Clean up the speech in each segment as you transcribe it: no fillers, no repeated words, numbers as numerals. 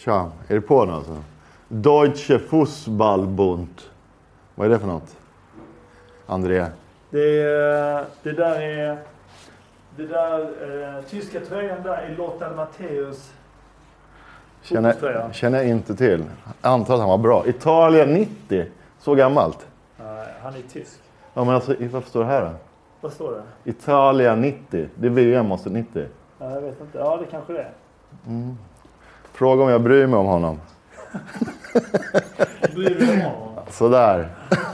Tja, är det på nu alltså? Deutsche Fußballbund. Vad är det för något? André? Det där tyska tröjan där är Lothar Matthäus. Känner jag inte till. Jag antar att han var bra. Italien 90. Så gammalt. Han är tysk. Ja, men alltså, varför står det här då? Vad står det? Italien 90. Det är VM måste 90. Ja, jag vet inte. Ja, det kanske det är. Mm. Fråga om jag bryr mig om honom. Bryr dig om honom? Sådär.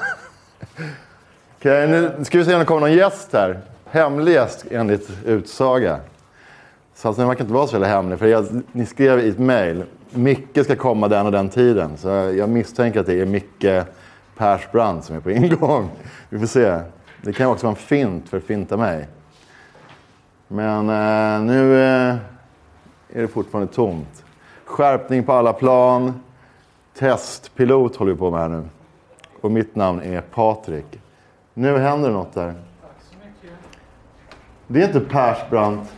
Okej, nu ska vi se om det kommer någon gäst här. Hemlig gäst enligt utsaga. Så alltså, man kan inte vara så väldigt hemlig. För ni skrev i ett mejl. Micke ska komma den och den tiden. Så jag misstänker att det är Micke Persbrandt som är på ingång. Vi får se. Det kan också vara en fint för att finta mig. Men nu är det fortfarande tomt. Skärpning på alla plan. Testpilot håller vi på med här nu. Och mitt namn är Patrik. Nu händer något där. Tack så mycket. Det är inte Persbrandt.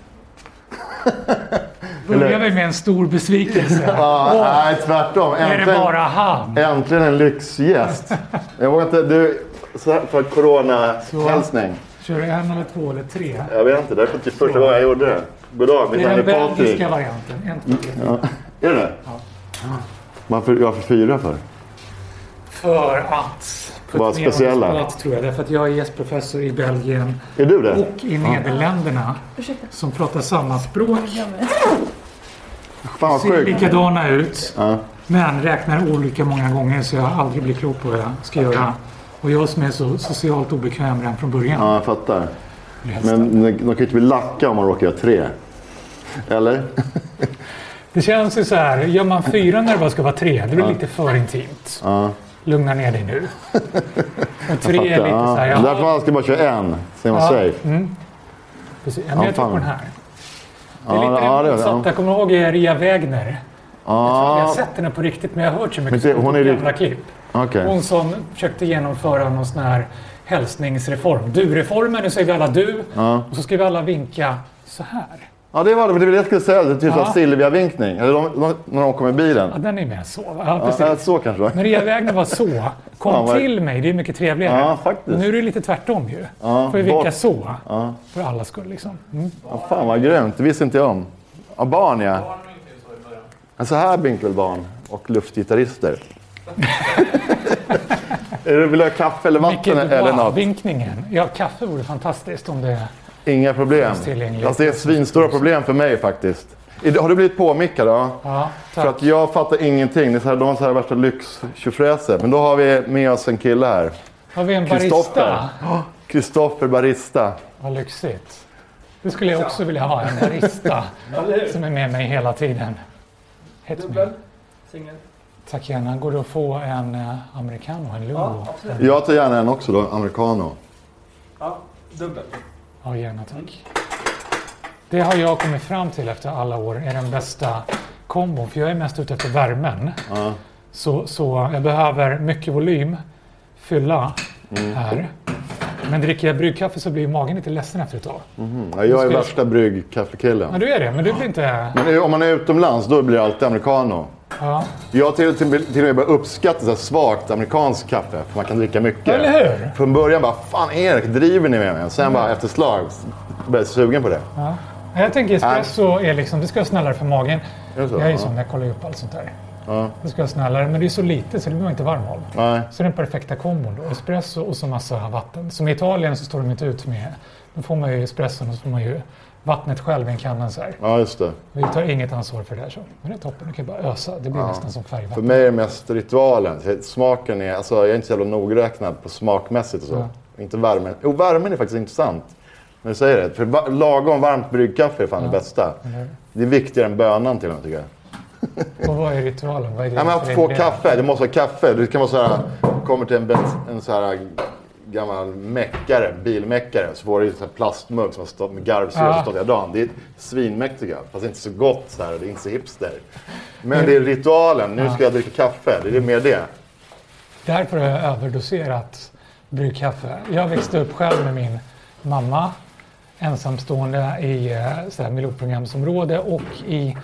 Börjar vi med en stor besvikelse? Nej, tvärtom. Är det bara han? Äntligen en lyxgäst. Jag vågar inte... Du, så här, för corona-hälsning. Kör du en eller två eller tre? Jag vet inte, det är inte första gången jag gjorde det. God dag, mitt namn är Patrik. Det är den Patrik. belgiska varianten. En, två, tre, Ja. Är det? Ja. Varför 4 för? För att... Vad speciella? Tror jag. Därför att jag är gästprofessor i Belgien. Är du det? Och i Nederländerna. Som pratar samma språk. Fan vad Ser sjukt. likadana ut. Ja. Men räknar olika många gånger så jag aldrig blir klok på vad jag ska göra. Och jag som är så socialt obekväm redan från början. Ja, jag fattar. Men de kan ju inte bli lacka om man råkar göra 3. Eller? Det känns ju så här. Gör man 4 när det bara ska vara 3. Det blir lite för intimt. Ja. Lugna ner dig nu. Och 3 är lite så här. Därför man ska bara köra en. Så man safe. Mm. Precis. Men jag tror på den här. Det är lite den motsatta. Jag kommer ihåg Ria Wägner. Jag tror jag har sett henne på riktigt. Men jag har hört så mycket hon är gamla klipp. Okay. Hon som försökte genomföra någon sån här hälsningsreform. Du-reformen, nu säger vi alla du. Och så ska vi alla vinka så här. Ja, det var det. Men det var det jag skulle säga. Det är typ som Silvia-vinkning. Eller när de kommer i bilen. Ja, den är med så. Ja, precis. Ja, så kanske då. När Ria Wägner var så. Kom till mig. Det är mycket trevligare. Ja, faktiskt. Nu är det lite tvärtom ju. Får vi vinka så. För alla skull liksom. Mm. Ja, fan vad grönt. Det visste inte jag om. Ja, barn ja. Så här vinklar barn och luftgitarrister. Vill du ha kaffe eller vatten eller något? Vinkningen. Ja, kaffe vore fantastiskt om det... Inga problem. Alltså det är svinstora problem för mig faktiskt. Har du blivit påmickad då? Ja, tack. För att jag fattar ingenting. Det är så här, de har så här värsta lyxtjofräser. Men då har vi med oss en kille här. Har vi en barista? Kristoffer barista. Vad lyxigt. Det skulle jag också vilja ha, en barista som är med mig hela tiden. Dubbel? Singel? Tack gärna. Går det att få en americano, en lungo? Ja, absolut. Jag tar gärna en också då, americano. Ja, dubbel. Ja, gärna tack. Det har jag kommit fram till efter alla år är den bästa kombon. För jag är mest ute efter värmen. Så jag behöver mycket volym, fylla här. Men dricker jag bryggkaffe så blir magen lite ledsen efter ett tag. Ja, jag är värsta bryggkaffekillen. Ja, du är det. Men du blir inte... Men om man är utomlands då blir det alltid americano. Ja. Jag har till och med börjat uppskatta så här svagt amerikansk kaffe. För man kan dricka mycket. Eller hur? Från början bara, fan Erik, driver ni med mig? Sen bara efter slag började jag sugen på det. Ja. Jag tänker espresso är liksom, det ska vara snällare för magen. Jag är ju sån, jag kollar upp allt sånt där. Det ska vara snällare, men det är så lite så det blir inte varm av. Så det är den perfekta kombon då. Espresso och så massa vatten. Som i Italien så står de inte ut med. Då får man ju espresson och så får man ju vattnet själv i en kanna så här. Ja, just det. Vi tar inget ansvar för det här så. Men det är toppen, du kan bara ösa. Det blir nästan som färgvatten. För mig är det mest ritualen. Smaken är, alltså jag är inte så jävla nogräknad på smakmässigt och så. Inte värmen. Jo, värmen är faktiskt intressant. När du säger det. För lagom varmt bryggkaffe är fan det bästa. Det är viktigare än bönan till och med tycker jag. Och vad är ritualen? Vad är det men att få kaffe, det måste vara kaffe. Det kan vara så här, kommer till en så här gammal mäckare, bilmäckare, så får du en plastmugg som har stått med garvsyra och stått hela dagen. Det är svinmäck tycker jag, fast inte så gott så här, det är inte så hipster. Men det är ritualen, nu ska jag dricka kaffe, det är mer det. Därför har jag överdoserat bryggkaffe. Jag växte upp själv med min mamma, ensamstående i så här miljonprogramsområde och i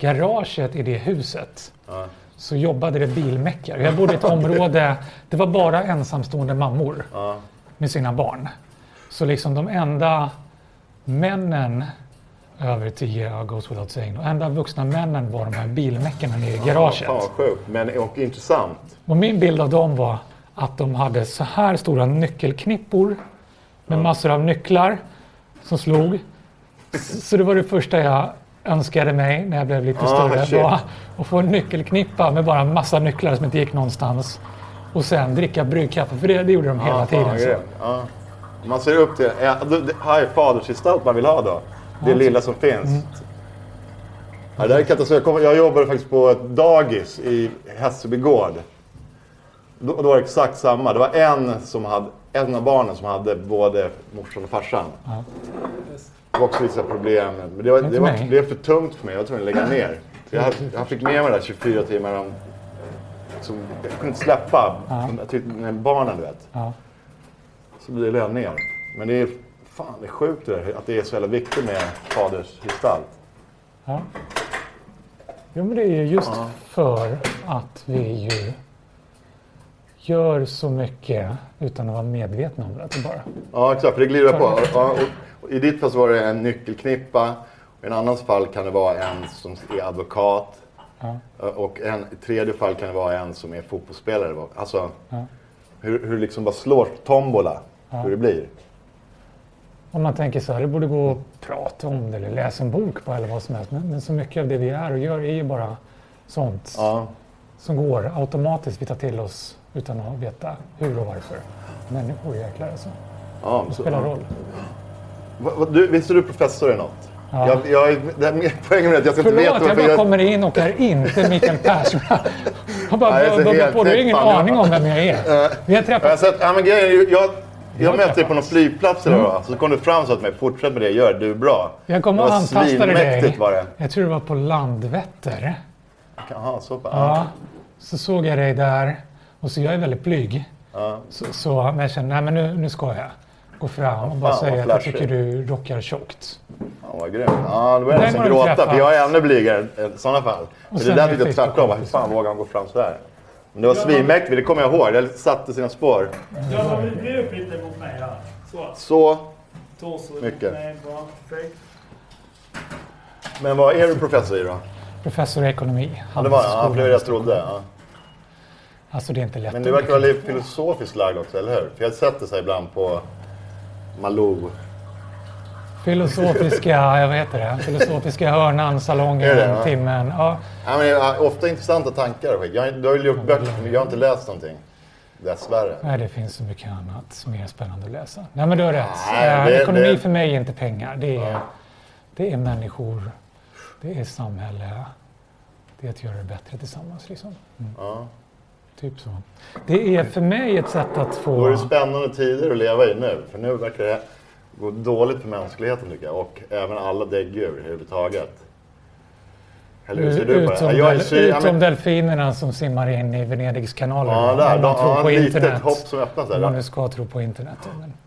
garaget i det huset så jobbade det bilmäckare. Jag bodde i ett område, det var bara ensamstående mammor med sina barn. Så liksom de enda männen över 10, goes without saying, de enda vuxna männen var de här bilmäckarna nere i garaget. Fan vad sjukt, men och intressant. Och min bild av dem var att de hade så här stora nyckelknippor med massor av nycklar som slog. Så det var det första jag önskade mig när jag blev lite större. Var att få en nyckelknippa med bara en massa nycklar som inte gick någonstans. Och sen dricka bryggkaffe, för det gjorde de hela tiden. Så. Man ser upp till, här är fadersgestalt man vill ha då. Det lilla som finns. Ja, det är katastrof. Jag jobbade faktiskt på ett dagis i Hässelby gård. Då var det exakt samma. Det var en av barnen som hade både morsan och farsan. Det var också vissa problem. Men det blev för tungt för mig. Jag var tvungen att lägga ner. Så jag fick med mig där 24 timmar. Jag kunde inte släppa barnen, du vet. Så blev det ner. Men det är sjukt det där, att det är så jävla viktigt med fadersgestalt. Ja. Jo, men det är ju just för att vi ju gör så mycket utan att vara medvetna om det. Bara. Ja, exakt. För det glider på. Och i ditt fall så var det en nyckelknippa. I en annans fall kan det vara en som är advokat. Och i tredje fall kan det vara en som är fotbollsspelare. Alltså, hur liksom bara slår tombola. Hur det blir. Om man tänker så här, det borde gå att prata om det eller läsa en bok på eller vad som helst. Men så mycket av det vi är och gör är ju bara sånt som går automatiskt. Vi tar till oss utan att veta hur och varför. Människor jäklar alltså. Det spelar roll. Visst är du professor i något? Ja. Poängen med att jag ska inte veta varför jag bara kommer in och är inte Mikael Persson. Jag har ingen aning om vem jag är. Vi har träffat... Jag mötte dig på någon flygplats eller vad? Så kom du fram och sa till mig, fortsätt med det jag gör, du är bra. Jag kom och antastade dig. Jag tror det var på Landvetter. Jaha, så bara. Ja, så såg jag dig där. Och så jag är väldigt blyg. Men jag kände, nej men nu ska jag gå fram och bara säga att jag tycker du rockar tjockt. Ja, vad grymt. Ja, då började jag nästan gråta, för jag är ännu blygare i sådana fall. Men det där tyckte jag tvärtom, hur fan vågar han gå fram så här? Men det var svinmäktigt, det kommer jag ihåg. Det satte sina spår. Ja, vi blir upp lite mot mig här. Så mycket. Men vad är du professor i då? Professor i ekonomi. Det var det jag trodde. Ja. Alltså det är inte lätt. Men du verkar vara lite filosofiskt lagd också, eller hur? För jag har sett det så ibland på Malou. Filosofiska hörnan, salongen, timmen. Ja. Ja, men ofta intressanta tankar. Du har ju gjort böcker, men jag har inte läst någonting. Dessvärre. Nej, det finns så mycket annat som är spännande att läsa. Nej, men du har rätt. Ekonomi för mig är inte pengar. Det är människor. Det är samhälle. Det är att göra det bättre tillsammans. Liksom. Typ så. Det är för mig ett sätt att få... Då är det spännande tider att leva i nu. För nu verkar det gå dåligt för mänskligheten, tycker jag. Och även alla däggdjur överhuvudtaget. Eller hur ser du på det? Utom delfinerna som simmar in i Venedigs kanaler. Ja, där. Man tror på internet. Hopp som öppnas där. Man nu ska tro på internet.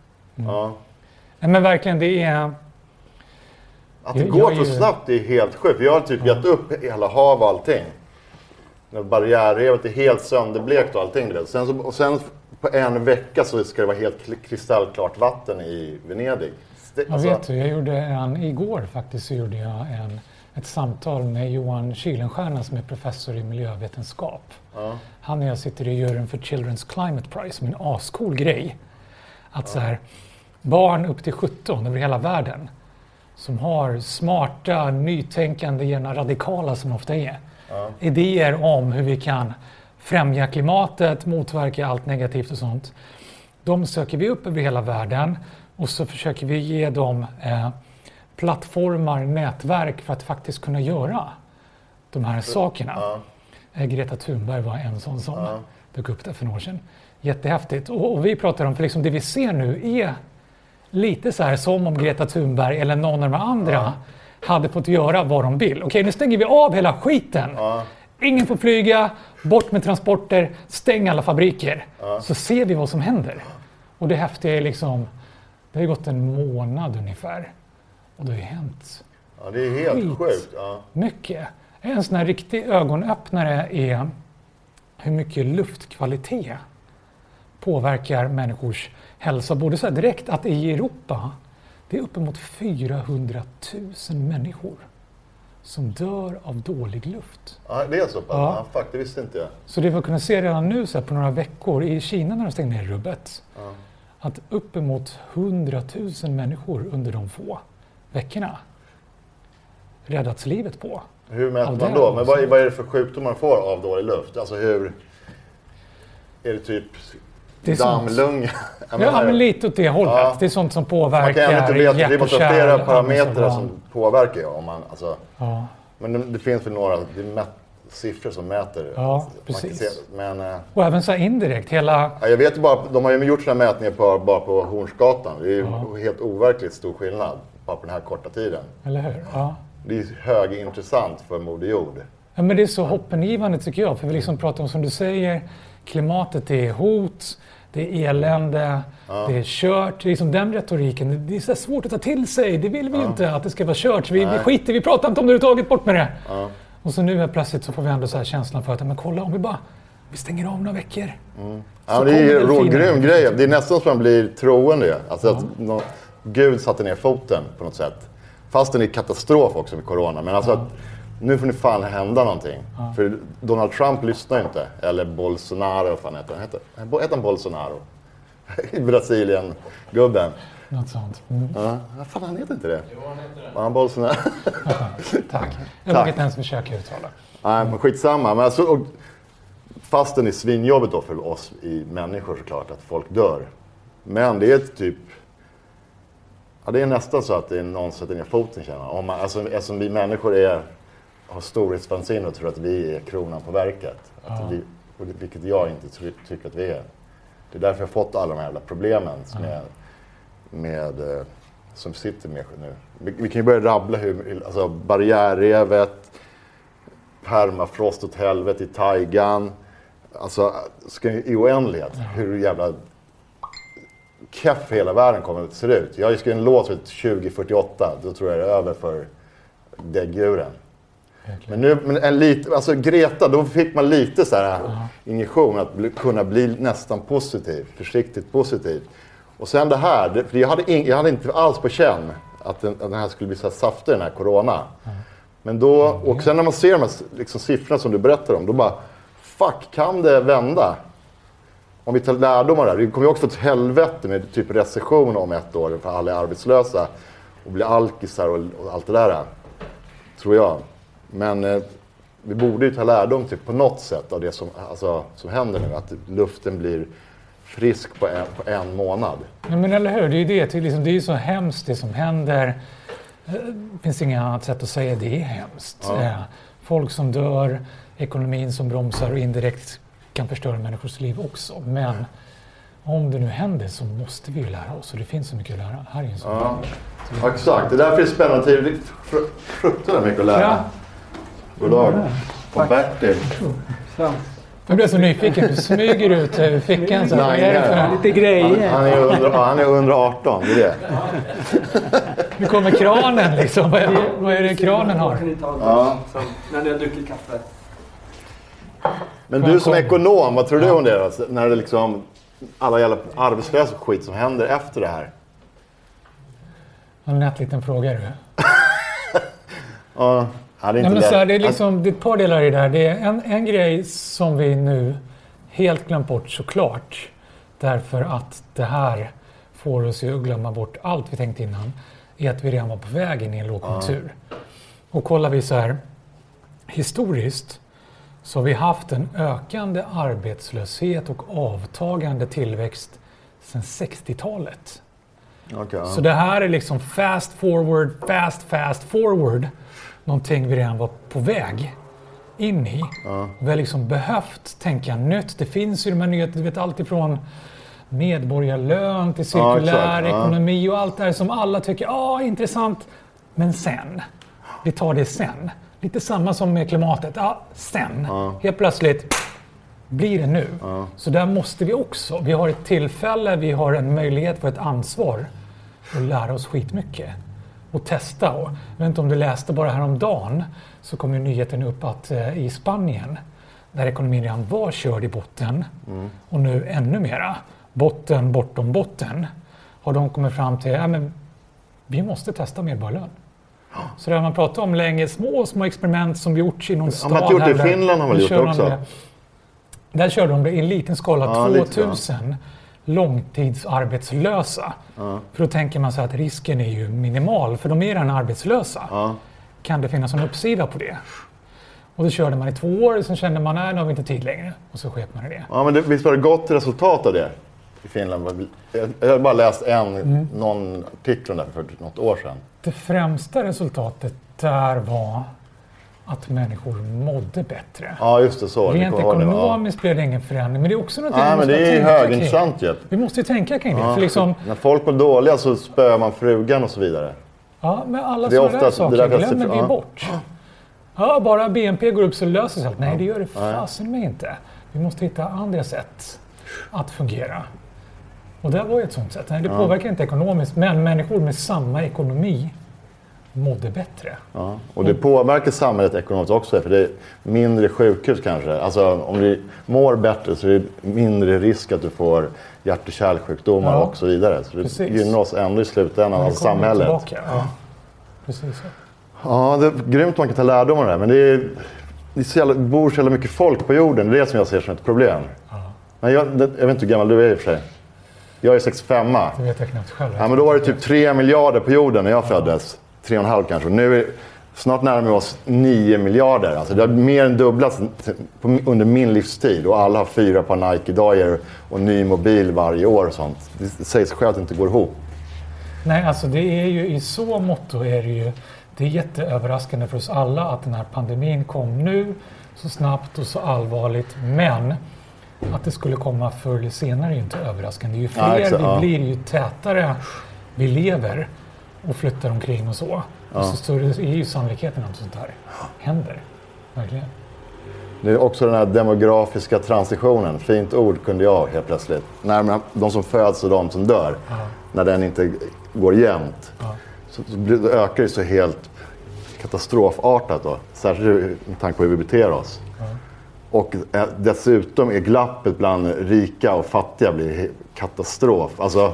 Men verkligen, det är... Att det går så snabbt är helt sjukt. Jag har typ gett upp hela hav och allting. Barriärrevet är helt sönderblekt och allting. Sen på en vecka så ska det vara helt kristallklart vatten i Venedig. Jag gjorde igår faktiskt så gjorde jag ett samtal med Johan Kylenstierna som är professor i miljövetenskap. Han och jag sitter i juryn för Children's Climate Prize, som en ascool grej. Att så här, barn upp till 17 över hela världen som har smarta, nytänkande, gärna radikala som ofta är. Idéer om hur vi kan främja klimatet, motverka allt negativt och sånt. De söker vi upp över hela världen och så försöker vi ge dem plattformar, nätverk för att faktiskt kunna göra de här sakerna. Greta Thunberg var en sån som dök upp där för några år sedan. Jättehäftigt. Och vi pratar om, för liksom det vi ser nu är lite så här som om Greta Thunberg eller någon av de andra hade fått göra vad de vill. Okej, nu stänger vi av hela skiten. Ingen får flyga, bort med transporter, stäng alla fabriker. Så ser vi vad som händer. Och det häftiga är liksom, det har gått en månad ungefär. Och det har ju hänt. Ja, det är helt sjukt. Mycket. En sån här riktig ögonöppnare är hur mycket luftkvalitet påverkar människors hälsa. Både så här direkt att i Europa, det är uppemot 400 000 människor som dör av dålig luft. Ja, det är så pass? Ja. Ja, det visste inte jag. Så det vi kunna se redan nu så här, på några veckor i Kina när de stängde ner rubbet. Ja. Att uppemot 100 000 människor under de få veckorna räddats livet på. Hur mäter man då? Men vad är det för sjukdomar man får av dålig luft? Alltså hur... Är det typ dammlunga? Ja, men lite åt det hållet. Ja. Det är sånt som påverkar hjärt och kärl. Man kan inte veta, det måste vara flera parametrar som påverkar. Om man, alltså, ja. Men det finns väl några siffror som mäter. Ja, precis. Men, och även så här indirekt. Ja, jag vet ju bara, de har ju gjort sådana mätningar bara på Hornsgatan. Det är ju helt overkligt stor skillnad bara på den här korta tiden. Eller hur? Ja. Det är högintressant för Moder Jord. Ja, men det är så hoppingivande tycker jag. För vi liksom pratar om, som du säger, klimatet är hot, det är elände, det är kört. Det är liksom den retoriken, det är så svårt att ta till sig. Det vill vi ju inte att det ska vara kört. Vi skiter, vi pratar inte om det överhuvudtaget, bort med det. Och så nu plötsligt så får vi ändå så här känslan för att, men kolla om vi stänger av några veckor. Ja, det är ju en grym grej. Det är nästan som man blir troende. Alltså att Gud satte ner foten på något sätt. Fast det är katastrof också med corona. Men alltså att nu får ni fan hända någonting. För Donald Trump lyssnar inte. Eller Bolsonaro, vad fan heter han? Heter han Bolsonaro? I Brasilien, gubben. Något sånt. Ja, fan han heter inte det. Jo, han heter det. Ja, han Bolsonaro. Tack. Jag vågar inte ens försöka uttala. Nej, men skitsamma. Men alltså, fastän det är svinjobbigt då för oss i människor såklart att folk dör. Men det är typ... Ja, det är nästan så att det är någon sätter ner foten, känner man. Eftersom vi människor har storhetsvansinne och tror att vi är kronan på verket. Vilket jag inte tycker att vi är. Det är därför jag har fått alla de här jävla problemen som sitter med nu. Vi kan ju börja rabbla alltså barriärrevet, permafrost åt helvete i taigan. Alltså i oändlighet. Hur jävla keff hela världen kommer att se ut. Jag skriver en låt för 2048, då tror jag det är över för däggdjuren. Men alltså Greta, då fick man lite så här injektion att kunna bli nästan positiv, försiktigt positiv. Och sen det här, för jag hade inte alls på känn att den här skulle bli så här saftig, den här corona. Men då, och sen när man ser de här liksom, siffrorna som du berättar om, då bara, fuck, kan det vända? Om vi tar lärdom av det här, det kommer ju också få ett helvete med typ recession om 1 år för alla är arbetslösa och blir alkisar och allt det där, tror jag. Men vi borde ju ta lärdom typ, på något sätt av det som händer nu, att luften blir frisk på en månad. Ja, men eller hur, det är ju det. Det är ju så hemskt det som händer. Det finns inga annat sätt att säga det är hemskt. Folk som dör, ekonomin som bromsar och indirekt kan förstöra människors liv också. Men om det nu händer så måste vi ju lära oss. Och det finns så mycket att lära. Här är en sån exakt, det är därför det är spännande tid. Det är fruktansvärt mycket att lära. God dag. Och Bertil. Jag blev så nyfiken. Du smyger ut ur fickan. Lite grejer. Han är under 18, det är det. Nu kommer kranen liksom. Vad är det kranen har? När ni har druckit kaffe. Men du som ekonom, vad tror du om det då? När det liksom alla jävla arbetslösa skit som händer efter det här? En nätt liten fråga du. Det är inte lätt. Det är liksom, det är ett par delar i det här. Det är en grej som vi nu helt glömt bort såklart. Därför att det här får oss att glömma bort allt vi tänkt innan. Är att vi redan var på väg in i en lågkonjunktur. Och kollar vi så här historiskt så har vi haft en ökande arbetslöshet och avtagande tillväxt sedan 60-talet. Så det här är liksom fast forward. Någonting vi redan var på väg in i. Vi har liksom behövt tänka nytt. Det finns ju de här nyheterna, du vet allt ifrån medborgarlön till cirkulär ekonomi och allt det här som alla tycker intressant. Men sen, vi tar det sen. Lite samma som med klimatet. Sen. Helt plötsligt blir det nu. Så där måste vi också. Vi har ett tillfälle, vi har en möjlighet för ett ansvar att lära oss skitmycket. och testa. Och, jag vet inte om du läste bara häromdagen så kom ju nyheten upp att i Spanien där ekonomin redan var körd i botten och nu ännu mera botten bortom botten har de kommit fram till men vi måste testa medborgarlön. Så där man pratar om länge små experiment som gjorts i någon stad. Man har gjort det i Finland har man gjort också. Där körde de det i en liten skala 2000 långtidsarbetslösa. För då tänker man så att risken är ju minimal för de är redan arbetslösa. Kan det finnas en uppsida på det? Och då körde man i 2 år och sen kände man nej, nu har vi inte tid längre. Och så sket man i det. Ja, men visst var det gott resultat av det i Finland? Jag har bara läst någon artikel där för något år sedan. Det främsta resultatet där var att människor mådde bättre. Ja, just det. Så. Rent ekonomiskt blev det ingen förändring. Men det är också något men det är högintressant ju. Vi måste ju tänka kring det. För liksom, när folk mår dåliga så spöar man frugan och så vidare. Ja, men alla sådana där saker glömmer vi bort. Ja, bara BNP går upp så löser sig allt. Nej, det gör det fasen med inte. Vi måste hitta andra sätt att fungera. Och det var ju ett sånt sätt. Nej, det påverkar inte ekonomiskt, men människor med samma ekonomi mådde bättre. Ja, och det påverkar samhället ekonomiskt också, för det är mindre sjukhus kanske. Alltså om du mår bättre så är det mindre risk att du får hjärt- och kärlsjukdomar och så vidare. Så det gynnar oss ändå i slutändan av samhället. Ja, precis. Ja, det är grymt man kan ta lärdom av det här, men det bor så jävla mycket folk på jorden. Det är det som jag ser som ett problem. Men jag vet inte hur gammal du är i och för sig. Jag är 65. Det vet jag knappt själv. Ja, men då var det typ 3 miljarder på jorden när jag föddes. 3,5 kanske. Nu är snart närmare oss 9 miljarder. Alltså det har mer än dubblats under min livstid. Och alla har 4 par Nike-dagar och ny mobil varje år och sånt. Det sägs själv att det inte går ihop. Nej, alltså det är ju i så motto är det ju... Det är jätteöverraskande för oss alla att den här pandemin kom nu så snabbt och så allvarligt. Men att det skulle komma förr eller senare är ju inte överraskande. Ju fler vi blir, ju tätare vi lever och flyttar omkring och så. Och så större är ju sannolikheten att sånt här händer. Verkligen. Det är också den här demografiska transitionen. Fint ord kunde jag helt plötsligt. När de som föds och de som dör. När den inte går jämnt. Så ökar det så helt katastrofartat då. Särskilt med tanke på hur vi beter oss. Och dessutom är glappet bland rika och fattiga blir katastrof. Alltså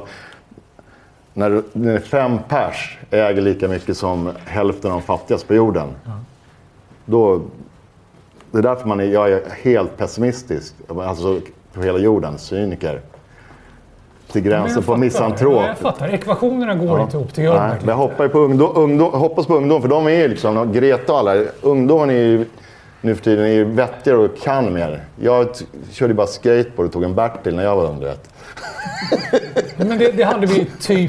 när 5 pers äger lika mycket som hälften av de fattigaste på jorden. Då, det är därför jag är helt pessimistisk. Alltså på hela jorden, cyniker. Till gränsen på misantrop. Jag fattar. Ekvationerna går inte ihop. Det gör Nej, men jag hoppas på ungdom. För de är liksom, Greta och alla. Ungdomen är ju nu för tiden är vettigare och kan mer. Jag körde bara skateboard och tog en Bertil när jag var ung. Men det hade vi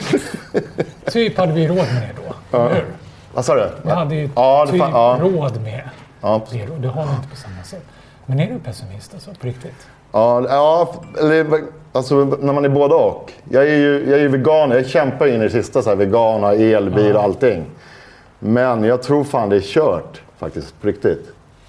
typ hade vi råd med det då. Eller hur? Vad sa du? Vi hade ju råd med det. Och det har vi inte på samma sätt. Men är du pessimist alltså, på riktigt? Ja, alltså när man är både och. Jag är ju vegan, jag kämpar in i det sista så här, vegan och elbil och allting. Men jag tror fan det är kört faktiskt, på riktigt.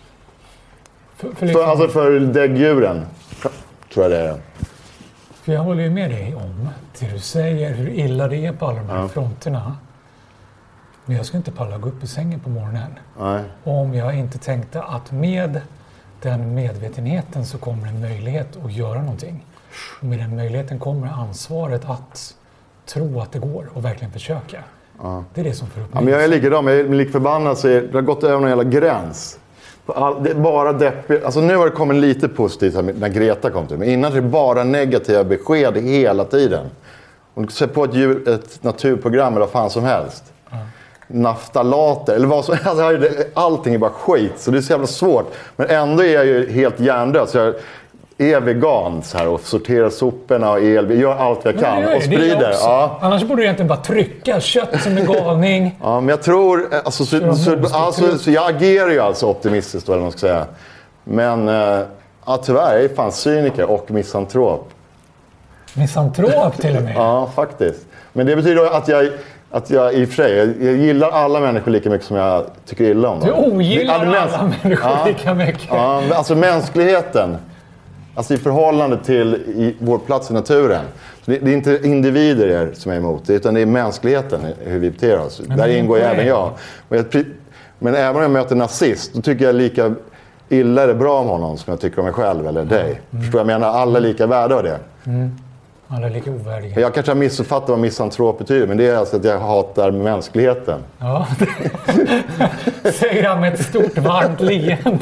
För däggdjuren tror jag det är. För jag håller ju med dig om det du säger, hur illa det är på alla de här fronterna. Men jag ska inte palla gå upp i sängen på morgonen. Nej. Om jag inte tänkte att med den medvetenheten så kommer en möjlighet att göra någonting. Och med den möjligheten kommer ansvaret att tro att det går och verkligen försöka. Det är det som får upp mig. Men jag är likadan, jag är lik förbannad så det har gått över någon jävla gräns. Det är bara deppigt. Alltså nu har det kommit lite positivt när Greta kom till. Men innan är det bara negativa besked hela tiden. Om du ser på ett naturprogram eller vad fan som helst. Naftalater eller vad som helst. Allting är bara skit. Så det är så jävla svårt. Men ändå är jag ju helt hjärndöd. Så jag är vegan så här, och sorterar soporna och gör allt jag kan. Och sprider. Ja. Annars borde du egentligen bara trycka kött som en galning. Ja, men jag tror... Så jag agerar ju alltså optimistiskt, eller vad man ska säga. Men tyvärr, jag är fan cyniker och misantrop. Misantrop till och med? Ja, faktiskt. Men det betyder att jag i och för sig, jag gillar alla människor lika mycket som jag tycker illa om dem. Du ogillar alla människor lika mycket? Ja, alltså mänskligheten. Alltså i förhållande till vår plats i naturen Det är inte individer som är emot det, utan det är mänskligheten, hur vi beter oss. Där ingår även jag. Men även om jag möter nazist, då tycker jag lika illa är det bra om honom som jag tycker om mig själv eller dig. Förstår jag menar? Alla är lika värda av det. Alla är lika ovärdiga. Jag kanske har missuppfattat vad misantrop betyder, men det är alltså att jag hatar mänskligheten. Ja, säger han med ett stort varmt leende.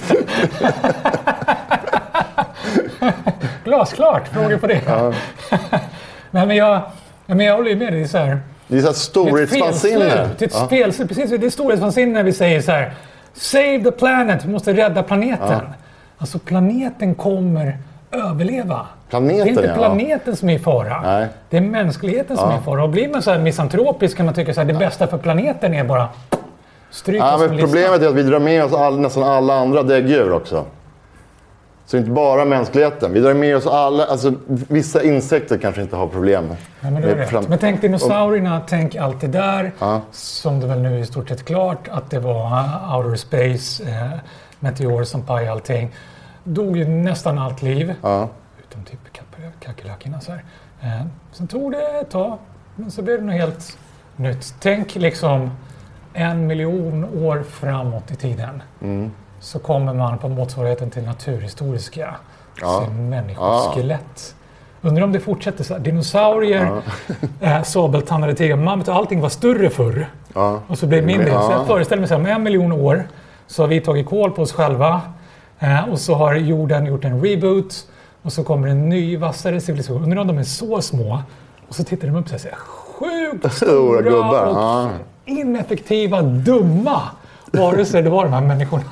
Glasklart, frågor på det. Ja. Men jag håller ju med dig. Så här, det är så här storhetsvansinne. Precis, det är storhetsvansinne när vi säger så här: save the planet, vi måste rädda planeten. Ja. Alltså planeten kommer överleva. Planeten, det är inte planeten som är i fara. Nej. Det är mänskligheten som är i fara. Och blir man så här misantropisk kan man tycka att det bästa för planeten är bara stryka men problemet är att vi drar med oss nästan alla andra däggdjur också. Så inte bara mänskligheten. Vi drar med oss alla, alltså vissa insekter kanske inte har problem. Ja, men, men tänk dinosaurierna, tänk allt det där som det väl nu är i stort sett klart att det var outer space, meteor som pajade allting. Dog ju nästan allt liv, utom typ kackerlackorna så här. Sen tog det ett tag, men så blev det något helt nytt. Tänk liksom 1 miljon år framåt i tiden. Så kommer man på motsvarigheten till naturhistoriska människoskelett. Undrar om det fortsätter så här. Dinosaurier, sabeltandade tigrar, mammut och allting var större förr. Och så blev mindre. Så jag föreställer mig så här, med 1 miljon år så har vi tagit koll på oss själva. Och så har jorden gjort en reboot. Och så kommer en ny vassare civilisation. Undrar om de är så små. Och så tittar de upp så här, sjukt stora gubbar och ineffektiva, dumma varelser det var de här människorna.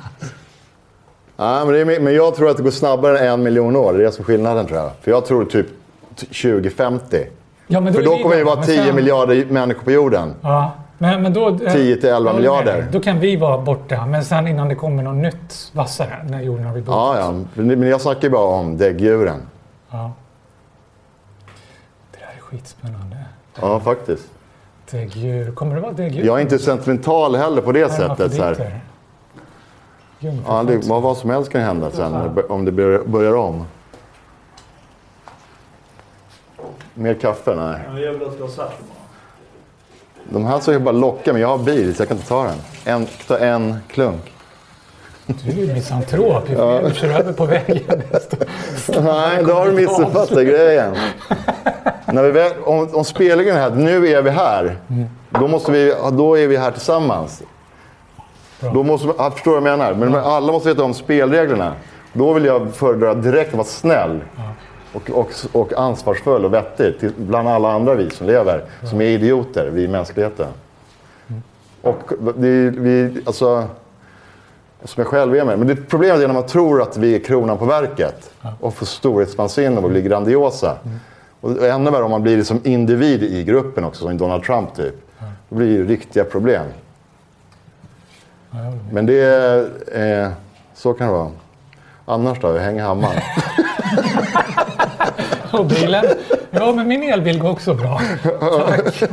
Ja, men jag tror att det går snabbare än 1 miljon år. Det är det som är skillnaden, tror jag. För jag tror typ 2050. Ja, men för då kommer det vara 10 miljarder människor på jorden. Ja, men då... 10-11 miljarder. Då kan vi vara borta. Men sen innan det kommer något nytt vassare när jorden har blivit borta. Ja. Men jag snackar ju bara om däggdjuren. Ja. Det där är skitspännande. Ja, faktiskt. Däggdjur. Kommer det vara däggdjur? Jag är inte sentimental heller på det sättet. Så här. Ja, vad som helst kan hända sen om det börjar om. Mer kaffe? Nej. Jag vill att jag satt. De här så är bara locka, men jag har bil så jag kan inte ta den. Ta en klunk. Du är ju misantrop. Jag kör över på vägen. Nej, då har du missuppfattat grejen. När vi om spelningen här, nu är vi här. Då är vi här tillsammans. Då måste man, jag förstår vad jag menar. Men alla måste veta om spelreglerna. Då vill jag föredra direkt att vara snäll. Och ansvarsfull och vettig bland alla andra vi som lever. Som är idioter, vi mänskligheten. Och alltså, som jag själv är med. Men det problemet är när man tror att vi är kronan på verket. Och får storhetsvansinne och blir grandiosa. Och ännu värre om man blir som individ i gruppen också, som Donald Trump typ. Då blir det ju riktiga problem. Men det är... så kan det vara. Annars då? Jag hänger hammaren. Och bilen? Ja, men min elbil går också bra. Tack.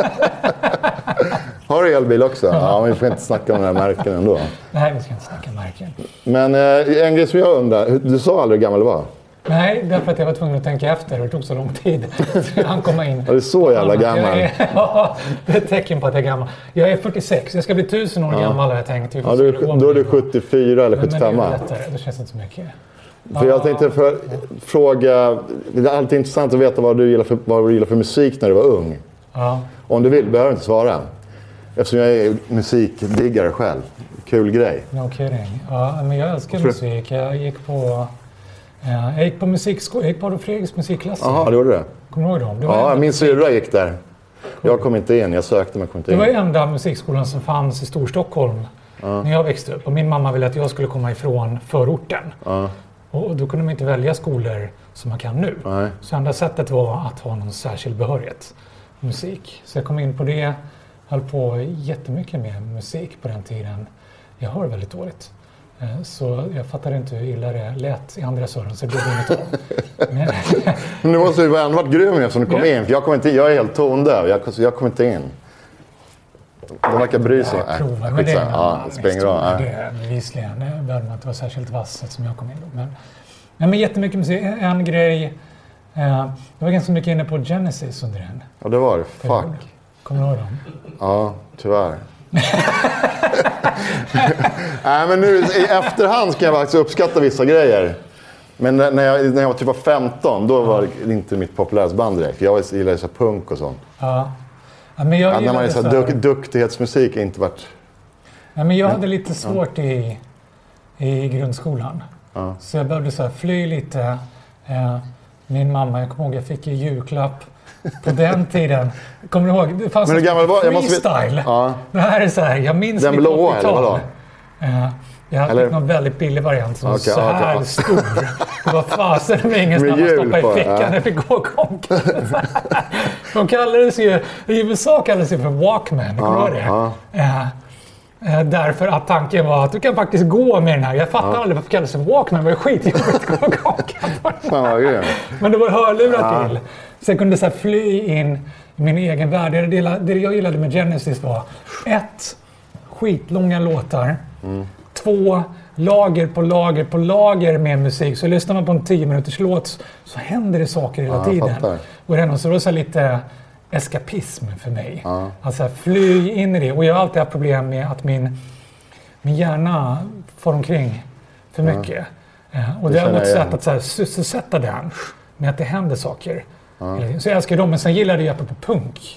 Har du elbil också? Ja, men vi får inte snacka om den här märken ändå. Nej, vi ska inte snacka märken. Men en grej som jag undrar. Du sa aldrig hur gammal du var? Nej, därför att jag var tvungen att tänka efter och det tog så lång tid. Han komma in. Ja, du är så jävla gammal. Ja, det är ett tecken på att jag är gammal. Jag är 46, jag ska bli 1000 år gammal har jag tänkt. Ja, då är du 74 eller 75. Men det är lättare, det känns inte så mycket. För jag tänkte fråga, det är alltid intressant att veta vad du gillar för musik när du var ung. Ja. Om du vill, behöver du inte svara. Eftersom jag är musikdiggare själv. Kul grej. No kidding. Ja, men jag älskar musik. Jag gick på musikskola. Jag gick på Adolf Fredriks musikklasser. Jaha, du gjorde det? Kommer du ihåg dem? Ja, min syrra gick där. Jag kom inte in, jag sökte men kom inte in. Det var enda musikskolan som fanns i Storstockholm när jag växte upp. Och min mamma ville att jag skulle komma ifrån förorten. Och då kunde man inte välja skolor som man kan nu. Nej. Så enda sättet var att ha någon särskild behörighet. Musik. Så jag kom in på det. Höll på jättemycket med musik på den tiden. Jag hör väldigt dåligt. Så jag fattade inte hur illa det lät i andra öron, så det blev inget av. Men du måste ju ändå varit grym eftersom du kom in. För jag är helt tondöv. Jag kom inte in. De verkar bry sig. Men det springer av. Bevisligen behöver man inte vara särskilt vass som jag kom in då. Men jättemycket musik. En grej Jag var ganska mycket inne på Genesis under den. Ja, det var det. Fuck. Kommer du ihåg dem? Ja, tyvärr. Nej, men nu i efterhand ska jag faktiskt uppskatta vissa grejer. Men när jag var typ 15, då var det inte mitt populärsband direkt. Jag gillade så punk och sånt. Ja. Ja, men jag när man är så duktighetsmusik inte varit... Ja, men jag hade lite svårt i grundskolan. Ja. Så jag behövde så här fly lite. Min mamma, jag kommer ihåg, jag fick en julklapp på den tiden. Kommer du ihåg? Det fanns en freestyle. Ja. Det här är så här, jag minns den blåa eller vadå? Jag hade någon väldigt billig variant som var så här stor. Det var fasen med ingenstans att stoppa i fickan. Jag fick gå och konka. De kallades ju, i USA kallades det för Walkman. Kommer du ihåg det? Därför att tanken var att du kan faktiskt gå med den här. Jag fattar aldrig varför det kallades för Walkman. Det var skitjobbigt att gå och konka. Men det var hörlurar till. Så jag kunde så här fly in i min egen värld. Det jag gillade med Genesis var 1. Skitlånga låtar. 2. Lager på lager på lager med musik. Så lyssnar man på en 10 minuters låt så händer det saker hela tiden. Och så var det så lite eskapism för mig. Alltså fly in i det. Och jag har alltid haft problem med att min hjärna får omkring för mycket. Och det är något sätt att så här, sysselsätta den med att det händer saker. Så jag älskar dem. Men sen gillade jag på punk.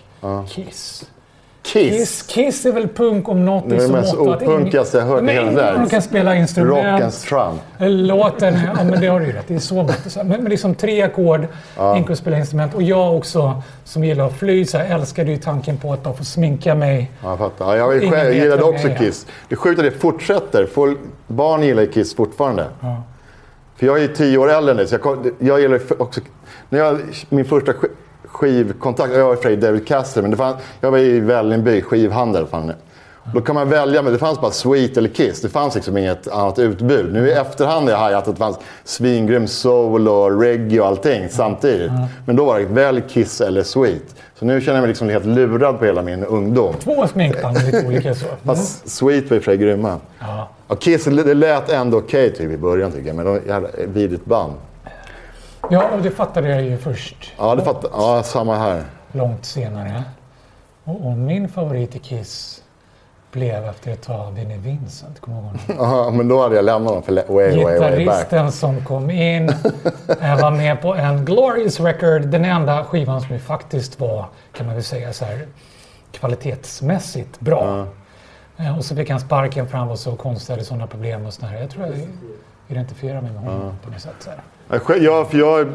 Kiss är väl punk om något. Det är det mest opunkigaste jag hört i hela världen. Man kan spela instrument. Rockens Trump. Låten, ja men det har du ju rätt. Det är så mycket. Men liksom 3 ackord, inklusive spela instrument. Och jag också, som gillar att fly, så älskade ju tanken på att bara få sminka mig. Ja, jag fattar. Jag gillade också Kiss. Det är sjukt att det fortsätter. Barn gillar Kiss fortfarande. För jag är 10 år äldre nu, så jag gillar också... Min första skivkontakt, jag var i Fred David Castle, men jag var i Vällingby, skivhandel. Då kan man välja, men det fanns bara Sweet eller Kiss. Det fanns liksom inget annat utbud. Nu i efterhand har jag hajat att det fanns svingrym soul och reggae och allting samtidigt. Men då var det väl Kiss eller Sweet. Så nu känner jag mig liksom helt lurad på hela min ungdom. 2 sminkband, lite olika så. Fast Sweet var i Fred grymma. Och Kiss, det lät ändå okej typ i början tycker jag, men de jävla vidrigt band. Ja, och det fattade jag ju först. Ja, samma här. Långt senare. Och min favorit i Kiss blev efter ett tag Vinnie Vincent. Kommer ihåg honom? Ja, men då hade jag lämnat honom för way back. Gitarristen som kom in var med på en Glorious Record. Den enda skivan som faktiskt var, kan man väl säga så här, kvalitetsmässigt bra. Och så fick han sparken för han var så konstig, hade sådana problem och sådär. Jag tror jag identifierar mig med honom på något sätt. Så här. Jag